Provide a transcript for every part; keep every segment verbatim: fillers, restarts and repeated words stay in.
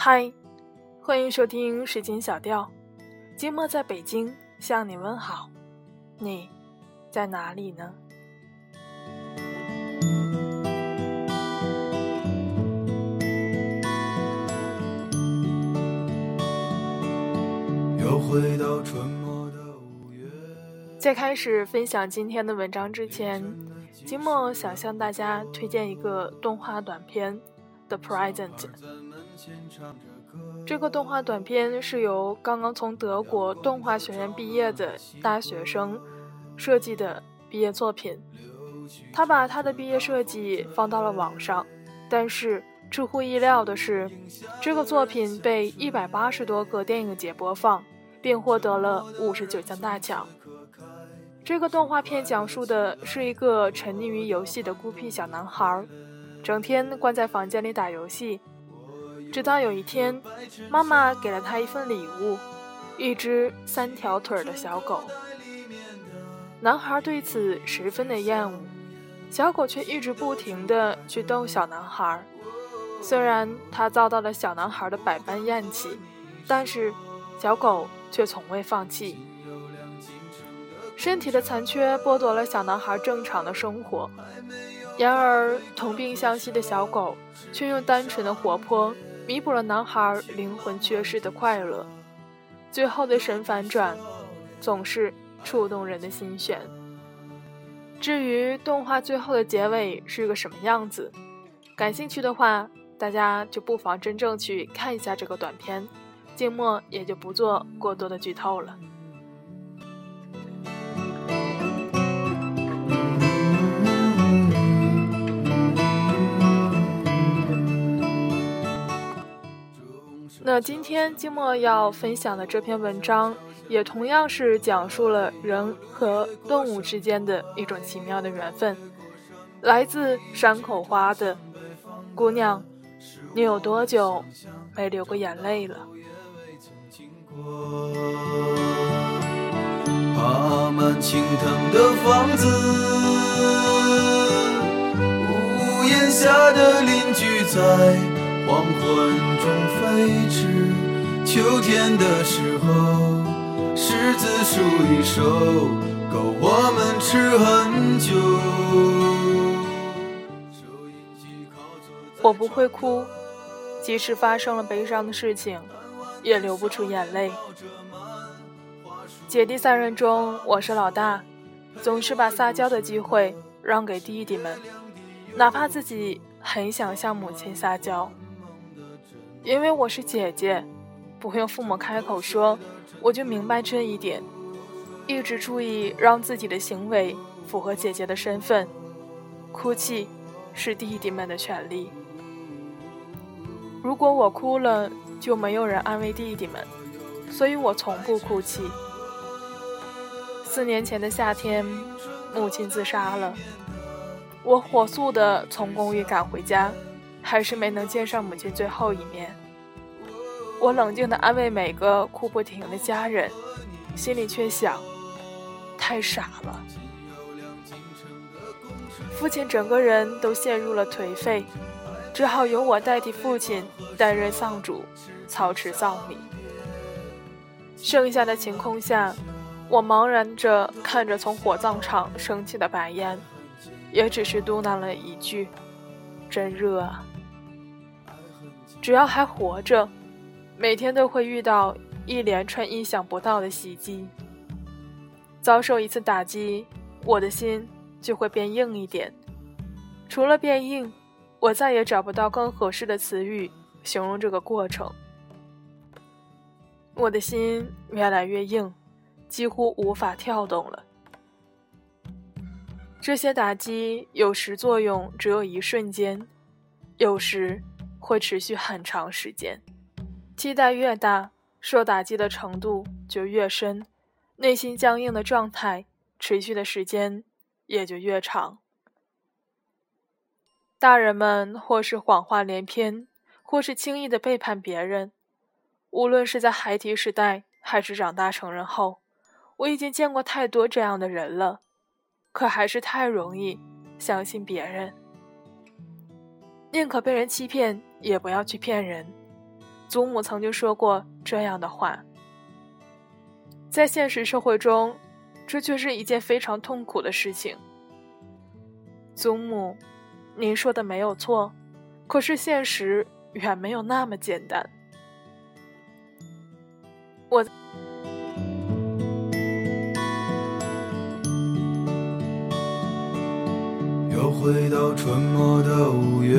嗨，欢迎收听时间小调，今末在北京向你问好，你在哪里呢？又回到春末的五月。在开始分享今天的文章之前，今末想向大家推荐一个动画短片 The Present。 这个动画短片是由刚刚从德国动画学院毕业的大学生设计的毕业作品。他把他的毕业设计放到了网上，但是出乎意料的是，这个作品被一百八十多个电影节播放，并获得了五十九项大奖。这个动画片讲述的是一个沉溺于游戏的孤僻小男孩，整天关在房间里打游戏，直到有一天，妈妈给了他一份礼物，一只三条腿的小狗。男孩对此十分的厌恶，小狗却一直不停地去逗小男孩。虽然他遭到了小男孩的百般厌弃，但是小狗却从未放弃。身体的残缺剥夺了小男孩正常的生活，然而同病相惜的小狗却用单纯的活泼弥补了男孩灵魂缺失的快乐。最后的神反转总是触动人的心弦。至于动画最后的结尾是个什么样子，感兴趣的话，大家就不妨真正去看一下这个短片，静默也就不做过多的剧透了。那今天静默要分享的这篇文章也同样是讲述了人和动物之间的一种奇妙的缘分，来自山口花的姑娘，你有多久没流过眼泪了？爬满青藤的房子，屋檐下的邻居在黄昏中飞驰，秋天的时候柿子树一熟，够我们吃很久。我不会哭，即使发生了悲伤的事情也流不出眼泪。姐弟三人中我是老大，总是把撒娇的机会让给弟弟们，哪怕自己很想向母亲撒娇。因为我是姐姐，不用父母开口说，我就明白这一点，一直注意让自己的行为符合姐姐的身份。哭泣是弟弟们的权利，如果我哭了，就没有人安慰弟弟们，所以我从不哭泣。四年前的夏天，母亲自杀了，我火速地从公寓赶回家，还是没能见上母亲最后一面。我冷静地安慰每个哭不停的家人，心里却想，太傻了。父亲整个人都陷入了颓废，只好由我代替父亲担任丧主，操持葬礼。剩下的晴空下，我茫然着看着从火葬场升起的白烟，也只是嘟囔了一句，真热啊。只要还活着，每天都会遇到一连串意想不到的袭击。遭受一次打击，我的心就会变硬一点。除了变硬，我再也找不到更合适的词语形容这个过程。我的心越来越硬，几乎无法跳动了。这些打击有时作用只有一瞬间，有时会持续很长时间。期待越大，受打击的程度就越深，内心僵硬的状态持续的时间也就越长。大人们或是谎话连篇，或是轻易的背叛别人。无论是在孩提时代还是长大成人后，我已经见过太多这样的人了，可还是太容易相信别人。宁可被人欺骗，也不要去骗人。 祖母曾经说过这样的话。在现实社会中，这却是一件非常痛苦的事情。祖母，您说的没有错，可是现实远没有那么简单。我又回到春末的五月，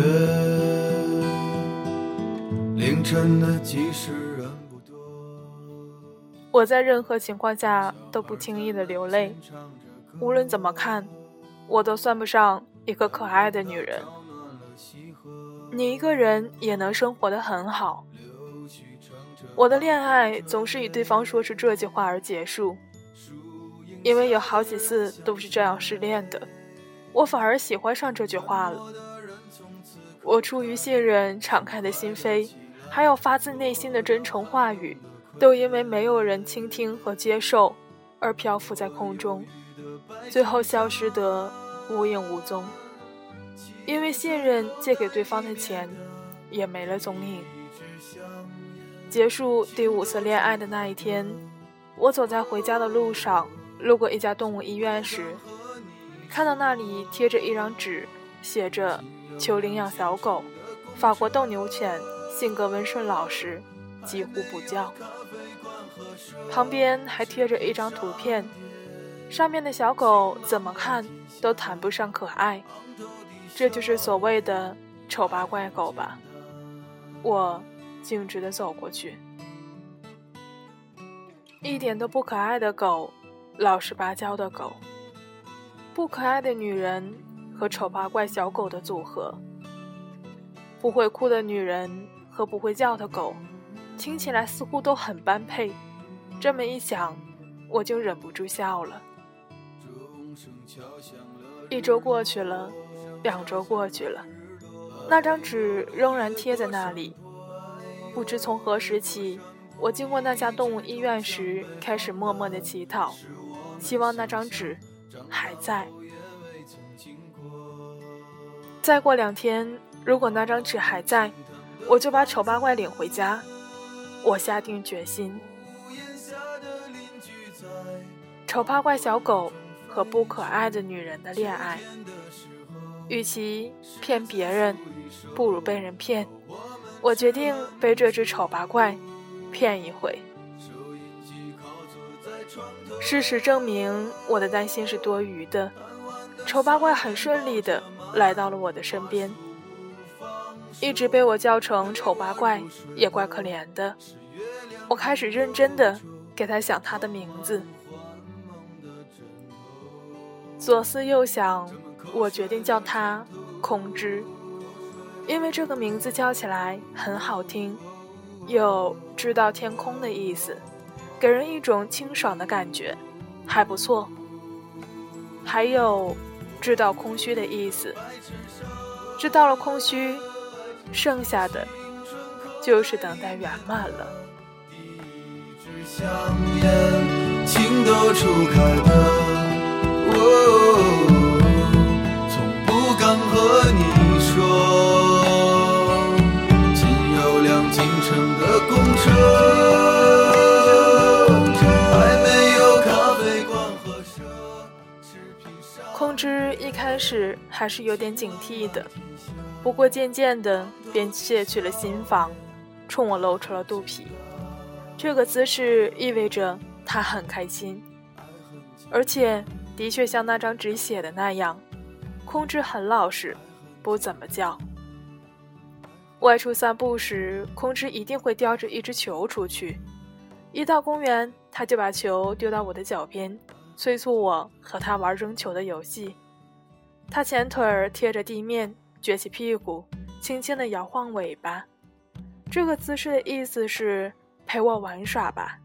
凌晨的集市人不多。 我在任何情况下都不轻易的流泪，无论怎么看，我都算不上一个可爱的女人。你一个人也能生活得很好。我的恋爱总是以对方说出这句话而结束，因为有好几次都是这样失恋的，我反而喜欢上这句话了。我出于信任敞开的心扉，还有发自内心的真诚话语，都因为没有人倾听和接受而漂浮在空中，最后消失得无影无踪。因为信任借给对方的钱也没了踪影。结束第五次恋爱的那一天，我走在回家的路上，路过一家动物医院时，看到那里贴着一张纸，写着求领养小狗，法国斗牛犬，性格温顺老实，几乎不叫。旁边还贴着一张图片，上面的小狗怎么看都谈不上可爱，这就是所谓的丑八怪狗吧。我径直地走过去。一点都不可爱的狗，老实巴交的狗，不可爱的女人和丑八怪小狗的组合，不会哭的女人和不会叫的狗，听起来似乎都很般配。这么一想，我就忍不住笑了。一周过去了，两周过去了，那张纸仍然贴在那里。不知从何时起，我经过那家动物医院时，开始默默地祈祷，希望那张纸还在。再过两天，如果那张纸还在，我就把丑八怪领回家。我下定决心。丑八怪小狗和不可爱的女人的恋爱，与其骗别人，不如被人骗。我决定被这只丑八怪骗一回。事实证明，我的担心是多余的。丑八怪很顺利地来到了我的身边，一直被我叫成丑八怪，也怪可怜的。我开始认真地给他想他的名字。左思右想，我决定叫他空知，因为这个名字叫起来很好听，有知道天空的意思，给人一种清爽的感觉，还不错。还有知道空虚的意思，知道了空虚，剩下的就是等待圆满了。 一支香烟，情窦初开的哦，从不敢和你说，仅有辆进城的公车，还没有咖啡馆和奢侈品商。 空知一开始还是有点警惕的，不过渐渐的便卸去了心防，冲我露出了肚皮。这个姿势意味着他很开心，而且的确像那张纸写的那样，空知很老实，不怎么叫。外出散步时，空知一定会叼着一只球出去，一到公园，他就把球丢到我的脚边，催促我和他玩扔球的游戏。他前腿儿贴着地面，撅起屁股，轻轻地摇晃尾巴。这个姿势的意思是陪我玩耍吧。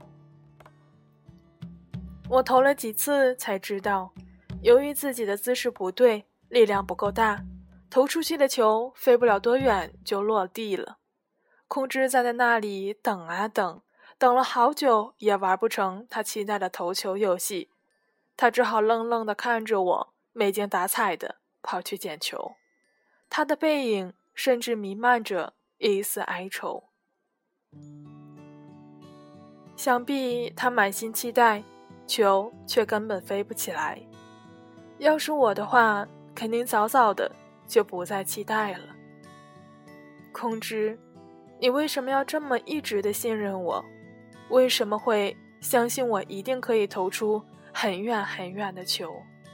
我投了几次才知道，由于自己的姿势不对，力量不够大，投出去的球飞不了多远就落地了。空知站在那里等啊等，等了好久也玩不成他期待的投球游戏，他只好愣愣地看着我，没精打采地跑去捡球。他的背影甚至弥漫着一丝哀愁。 想必他满心期待，球却根本飞不起来。要是我的话，肯定早早的就不再期待了。空知，你为什么要这么一直的信任我？为什么会相信我一定可以投出很远很远的球？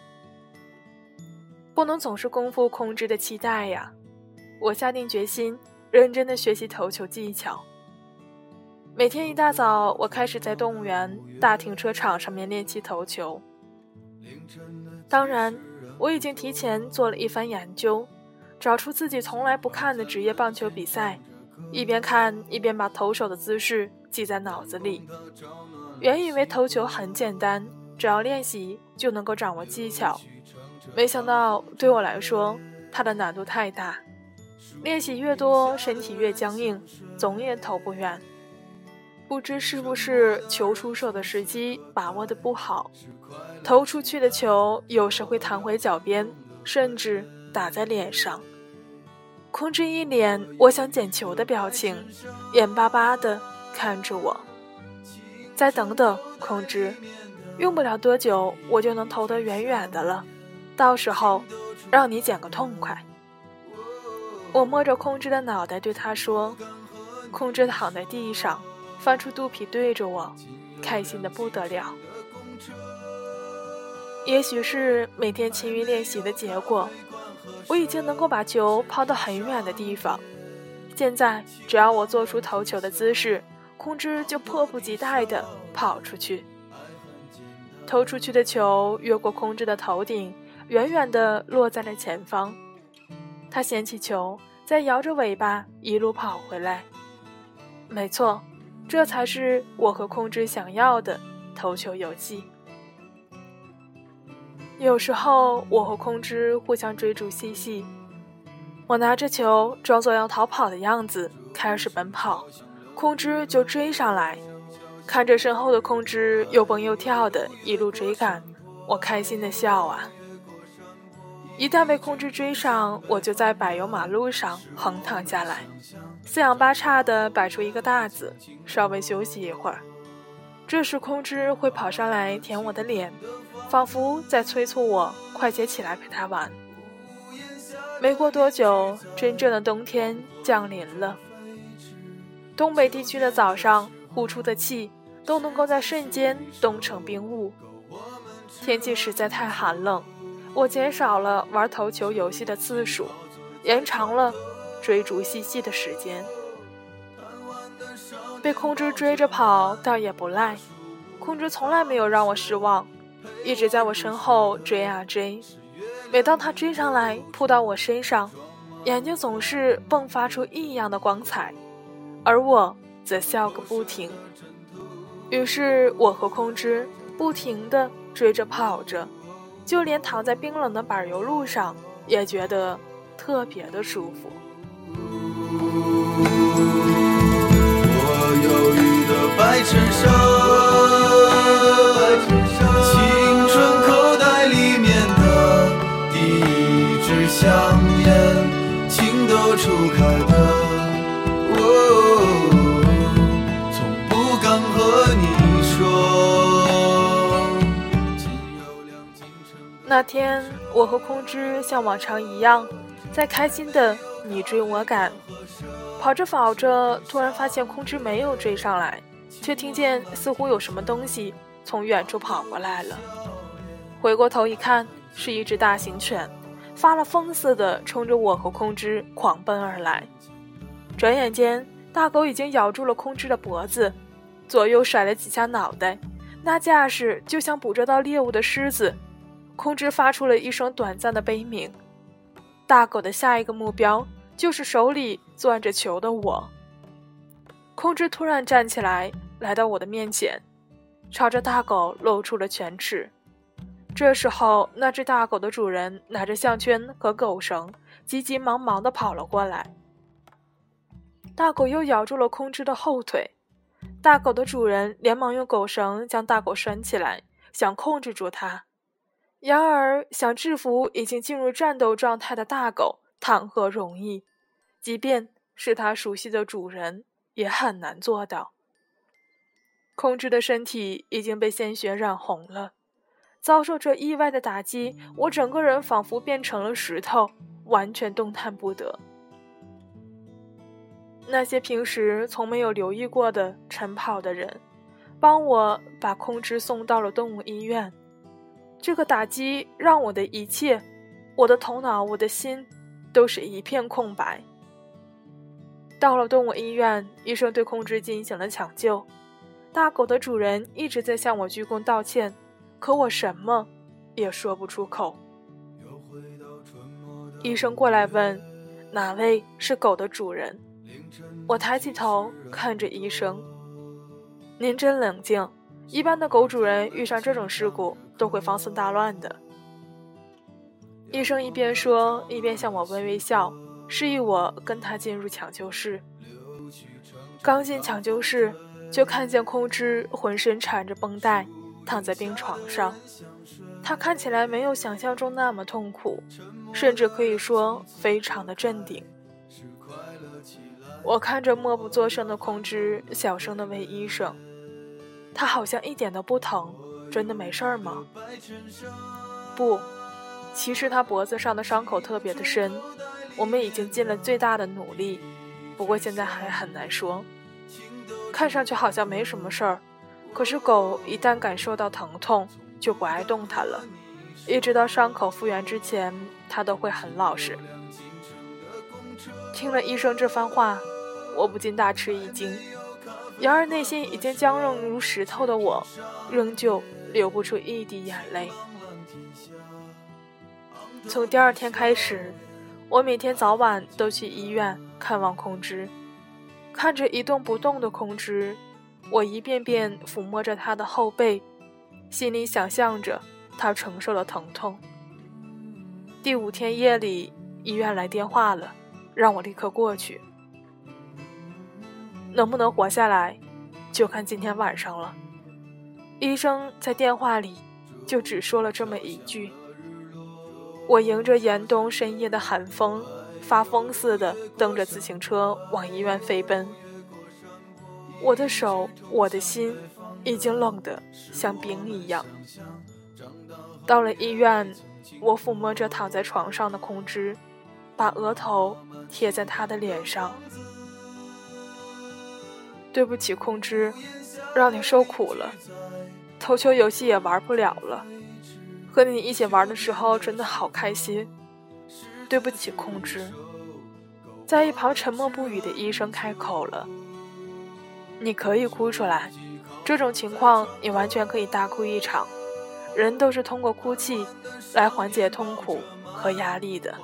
不能总是辜负空知的期待呀！我下定决心，认真的学习投球技巧。每天一大早，我开始在动物园大停车场上面练习投球。当然，我已经提前做了一番研究，找出自己从来不看的职业棒球比赛，一边看一边把投手的姿势记在脑子里。原以为投球很简单，只要练习就能够掌握技巧，没想到对我来说，它的难度太大。练习越多，身体越僵硬，总也投不远。不知是不是球出手的时机把握得不好，投出去的球有时会弹回脚边，甚至打在脸上。空知一脸我想捡球的表情，眼巴巴地看着我。再等等，空知，用不了多久我就能投得远远的了，到时候让你捡个痛快。我摸着空知的脑袋对他说。空知躺在地上，翻出肚皮对着我，开心得不得了。也许是每天勤于练习的结果，我已经能够把球抛到很远的地方。现在只要我做出投球的姿势，空知就迫不及待地跑出去。投出去的球越过空知的头顶，远远地落在了前方。他捡起球，再摇着尾巴一路跑回来。没错，这才是我和空知想要的投球游戏。有时候我和空知互相追逐嬉戏，我拿着球装作要逃跑的样子开始奔跑，空知就追上来。看着身后的空知又蹦又跳的一路追赶，我开心的笑啊。一旦被空知追上，我就在柏油马路上横躺下来，四仰八叉地摆出一个大字，稍微休息一会儿。这时空知会跑上来舔我的脸，仿佛在催促我快些起来陪他玩。没过多久，真正的冬天降临了。东北地区的早上呼出的气都能够在瞬间冻成冰雾。天气实在太寒冷，我减少了玩投球游戏的次数，延长了追逐嬉戏的时间。被空知追着跑倒也不赖，空知从来没有让我失望，一直在我身后追啊追。每当他追上来扑到我身上，眼睛总是迸发出异样的光彩，而我则笑个不停。于是我和空知不停地追着跑着，就连躺在冰冷的柏油路上也觉得特别的舒服。 我忧郁的白衬衫，青春口袋里面的第一支香烟，情窦初开的哦，从不敢和你说。 那天我和空知像往常一样，在开心的你追我赶，跑着跑着，突然发现空知没有追上来，却听见似乎有什么东西从远处跑过来了。回过头一看，是一只大型犬，发了疯似的冲着我和空知狂奔而来。转眼间，大狗已经咬住了空知的脖子，左右甩了几下脑袋，那架势就像捕捉到猎物的狮子。空知发出了一声短暂的悲鸣。大狗的下一个目标就是手里攥着球的我。空知突然站起来，来到我的面前，朝着大狗露出了犬齿。这时候，那只大狗的主人拿着项圈和狗绳，急急忙忙地跑了过来。大狗又咬住了空知的后腿，大狗的主人连忙用狗绳将大狗拴起来，想控制住它。然而，想制服已经进入战斗状态的大狗谈何容易，即便是它熟悉的主人也很难做到。空知的身体已经被鲜血染红了，遭受这意外的打击，我整个人仿佛变成了石头，完全动弹不得。那些平时从没有留意过的晨跑的人，帮我把空知送到了动物医院。这个打击让我的一切，我的头脑，我的心，都是一片空白。到了动物医院，医生对空知进行了抢救。大狗的主人一直在向我鞠躬道歉，可我什么也说不出口。医生过来问，哪位是狗的主人？我抬起头看着医生。您真冷静，一般的狗主人遇上这种事故都会方寸大乱的。医生一边说一边向我微微笑，示意我跟他进入抢救室。刚进抢救室，就看见空知浑身缠着绷带，躺在病床上。他看起来没有想象中那么痛苦，甚至可以说非常的镇定。我看着默不作声的空知，小声地问医生，他好像一点都不疼，真的没事儿吗？不，其实他脖子上的伤口特别的深，我们已经尽了最大的努力，不过现在还很难说。看上去好像没什么事儿，可是狗一旦感受到疼痛就不爱动弹了，一直到伤口复原之前，它都会很老实。听了医生这番话，我不禁大吃一惊，然而内心已经僵硬如石头的我，仍旧流不出一滴眼泪。从第二天开始，我每天早晚都去医院看望空知。看着一动不动的空知，我一遍遍抚摸着他的后背，心里想象着他承受了疼痛。第五天夜里，医院来电话了，让我立刻过去。能不能活下来，就看今天晚上了。医生在电话里就只说了这么一句。我迎着严冬深夜的寒风，发疯似的蹬着自行车往医院飞奔。我的手，我的心已经冷得像冰一样。到了医院，我抚摸着躺在床上的空知，把额头贴在他的脸上。对不起空知，让你受苦了，投球游戏也玩不了了，和你一起玩的时候真的好开心。对不起空知。在一旁沉默不语的医生开口了，你可以哭出来，这种情况你完全可以大哭一场，人都是通过哭泣来缓解痛苦和压力的。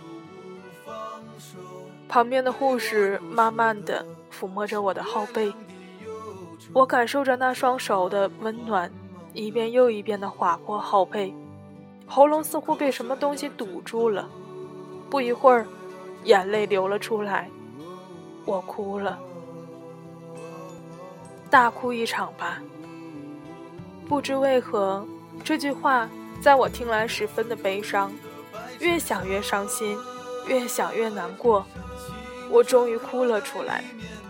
旁边的护士慢慢地抚摸着我的后背，我感受着那双手的温暖，一遍又一遍地划破后背，喉咙似乎被什么东西堵住了。不一会儿，眼泪流了出来，我哭了，大哭一场吧。不知为何，这句话在我听来十分的悲伤，越想越伤心，越想越难过，我终于哭了出来。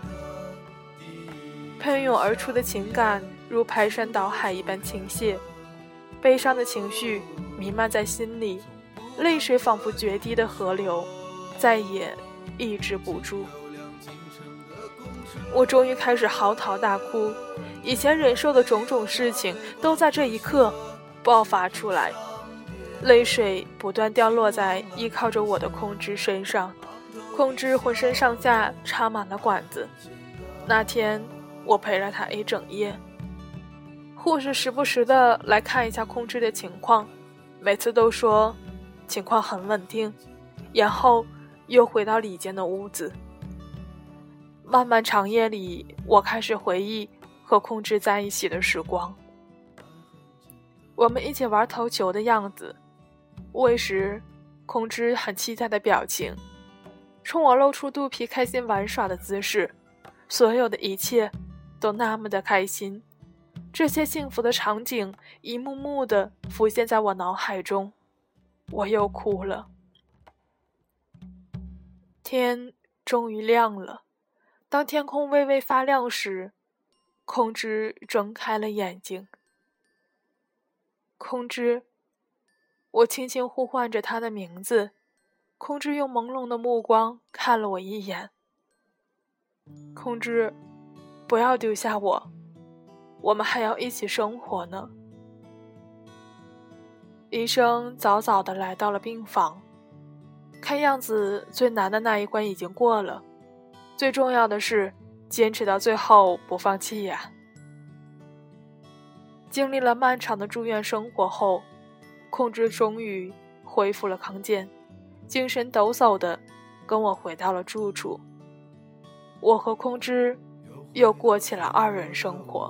喷涌而出的情感如排山倒海一般倾泻，悲伤的情绪弥漫在心里，泪水仿佛决堤的河流，再也抑制不住。我终于开始嚎啕大哭，以前忍受的种种事情都在这一刻爆发出来，泪水不断掉落在依靠着我的空知身上，空知浑身上下插满了管子。那天我陪了他一整夜，护士时不时的来看一下空知的情况，每次都说情况很稳定，然后又回到里间的屋子。漫漫长夜里，我开始回忆和空知在一起的时光，我们一起玩投球的样子，喂食空知很期待的表情，冲我露出肚皮开心玩耍的姿势，所有的一切都那么的开心。这些幸福的场景一幕幕的浮现在我脑海中，我又哭了。天终于亮了， 当天空微微发亮时，空知睁开了眼睛。空知，我轻轻呼唤着他的名字，空知用朦胧的目光看了我一眼。空知，不要丢下我，我们还要一起生活呢。医生早早地来到了病房，看样子最难的那一关已经过了，最重要的是坚持到最后不放弃呀。经历了漫长的住院生活后，空知终于恢复了康健，精神抖擞地跟我回到了住处。我和空知又过起了二人生活。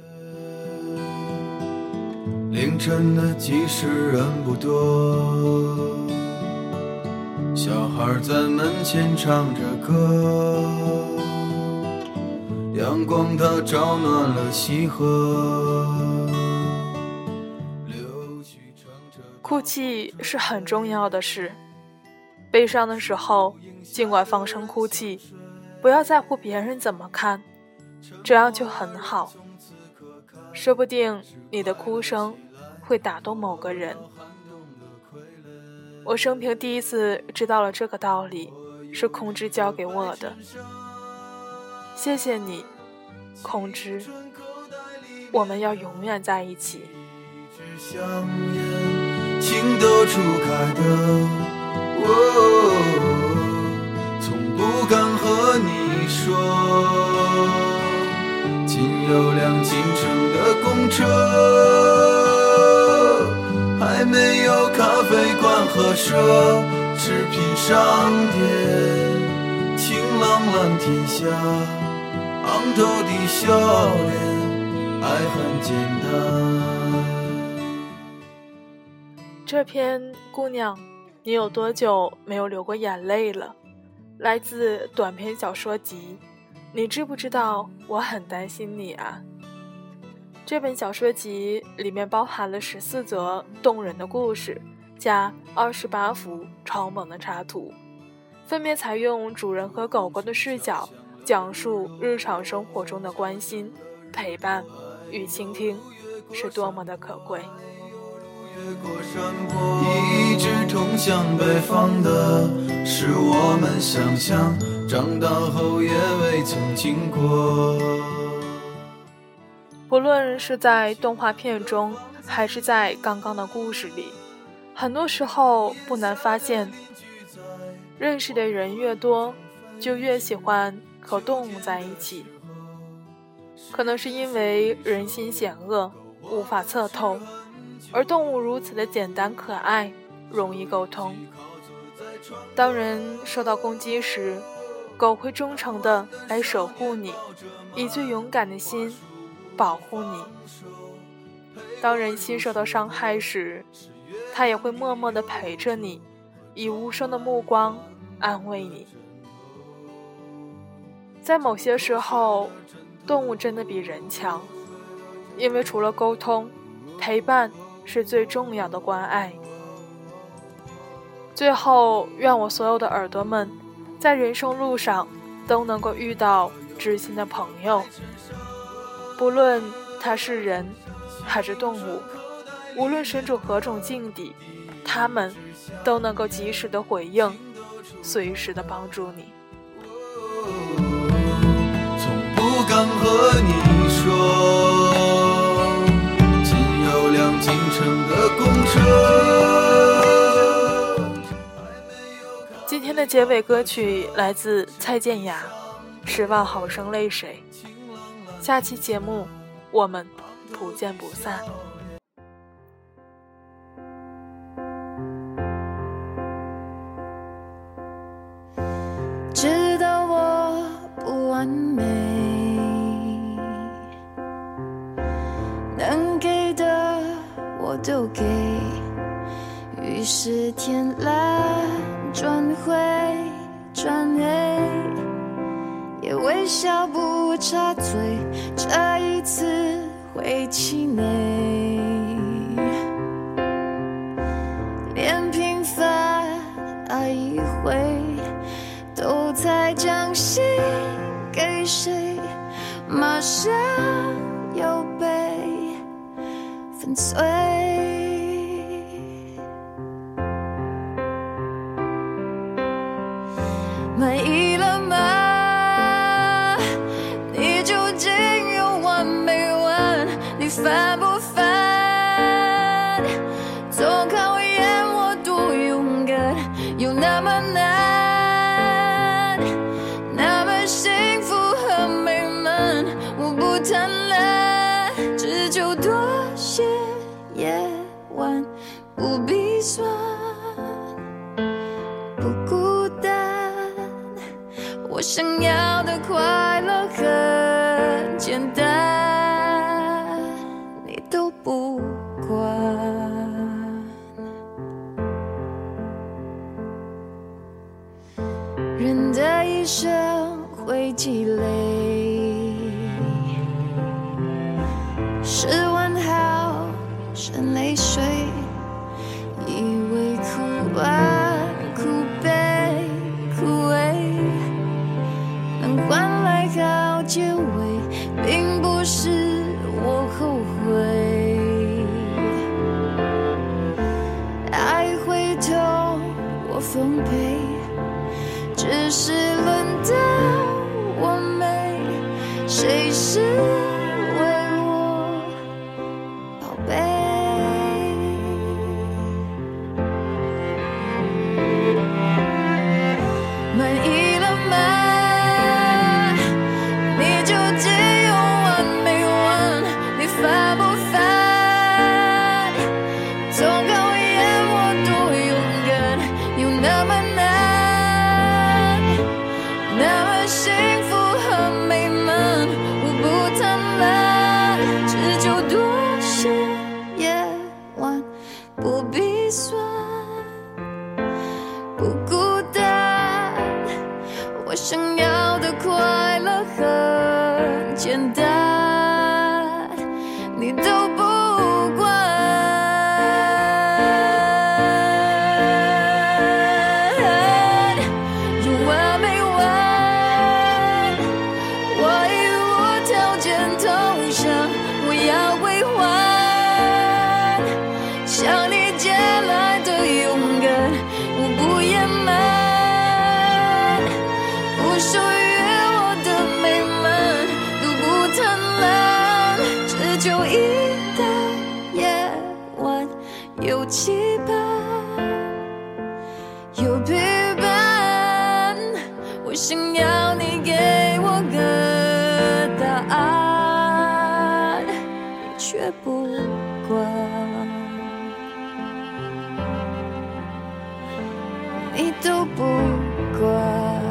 凌晨的集市人不多，小孩在门前唱着歌，阳光它照暖了溪河。 哭泣是很重要的事，悲伤的时候尽管放声哭泣，不要在乎别人怎么看，这样就很好。说不定你的哭声会打动某个人。我生平第一次知道了这个道理，是空知教给我的。谢谢你，空知，我们要永远在一起。 情窦初开的我，从不敢和你说，仅有辆进城的公车，还没有咖啡馆和奢侈品商店，晴朗蓝天下，昂头的笑脸，爱很简单。 这篇姑娘，你有多久没有流过眼泪了？来自短篇小说集。你知不知道我很担心你啊？这本小说集里面包含了十四则动人的故事，加二十八幅超萌的插图，分别采用主人和狗狗的视角，讲述日常生活中的关心、陪伴与倾听，是多么的可贵。 越过山坡，一直通向北方的是我们想象，长大后也未曾经过。 不论是在动画片中，还是在刚刚的故事里，很多时候不难发现，认识的人越多，就越喜欢和动物在一起。可能是因为人心险恶，无法测透，而动物如此的简单可爱，容易沟通。当人受到攻击时，狗会忠诚地来守护你，以最勇敢的心保护你。当人心受到伤害时，它也会默默地陪着你，以无声的目光安慰你。在某些时候，动物真的比人强，因为除了沟通，陪伴是最重要的关爱。最后，愿我所有的耳朵们在人生路上都能够遇到知心的朋友，不论他是人还是动物，无论身处何种境地，他们都能够及时的回应，随时的帮助你。 从不敢和你说，进城的公车。 今天的结尾歌曲来自蔡健雅，十万好生泪水。下期节目我们不见不散。 知道我不完美，能给的我都给，于是天蓝转灰转黑，也微笑不插嘴，这一次会气馁，连平凡爱一回，都才将心给马上又被粉碎。满意了吗？你究竟有完没完？你烦不烦？总考验我多勇敢，有那么难？那么幸福和美满，我不贪婪，只求多些夜晚，不必酸，不孤单。我想要的快乐很简单，你都不管。人的一生会积累，十万好生泪水，以为哭完哭悲枯萎，能换来好结尾，并不是我后悔。爱会痛，我奉陪，只是轮到我没，谁是为我宝贝？满意了吗？你究竟有完没完？你烦不烦？总考验我多勇敢，有那么难？那么幸福和美满，我不贪婪，只求多些夜晚，不必酸，不孤单。我想要的快乐很简单，你都不管。有完没完？我已无条件投降，我要归还。向你借来的勇敢，我不掩瞒，不属于我的美满，都不贪婪，只求一到夜晚有期盼，有陪伴。我想要你给我个答案，你却不管，你都不管，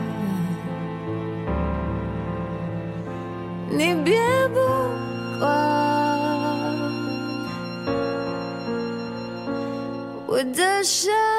你别不管。我的伤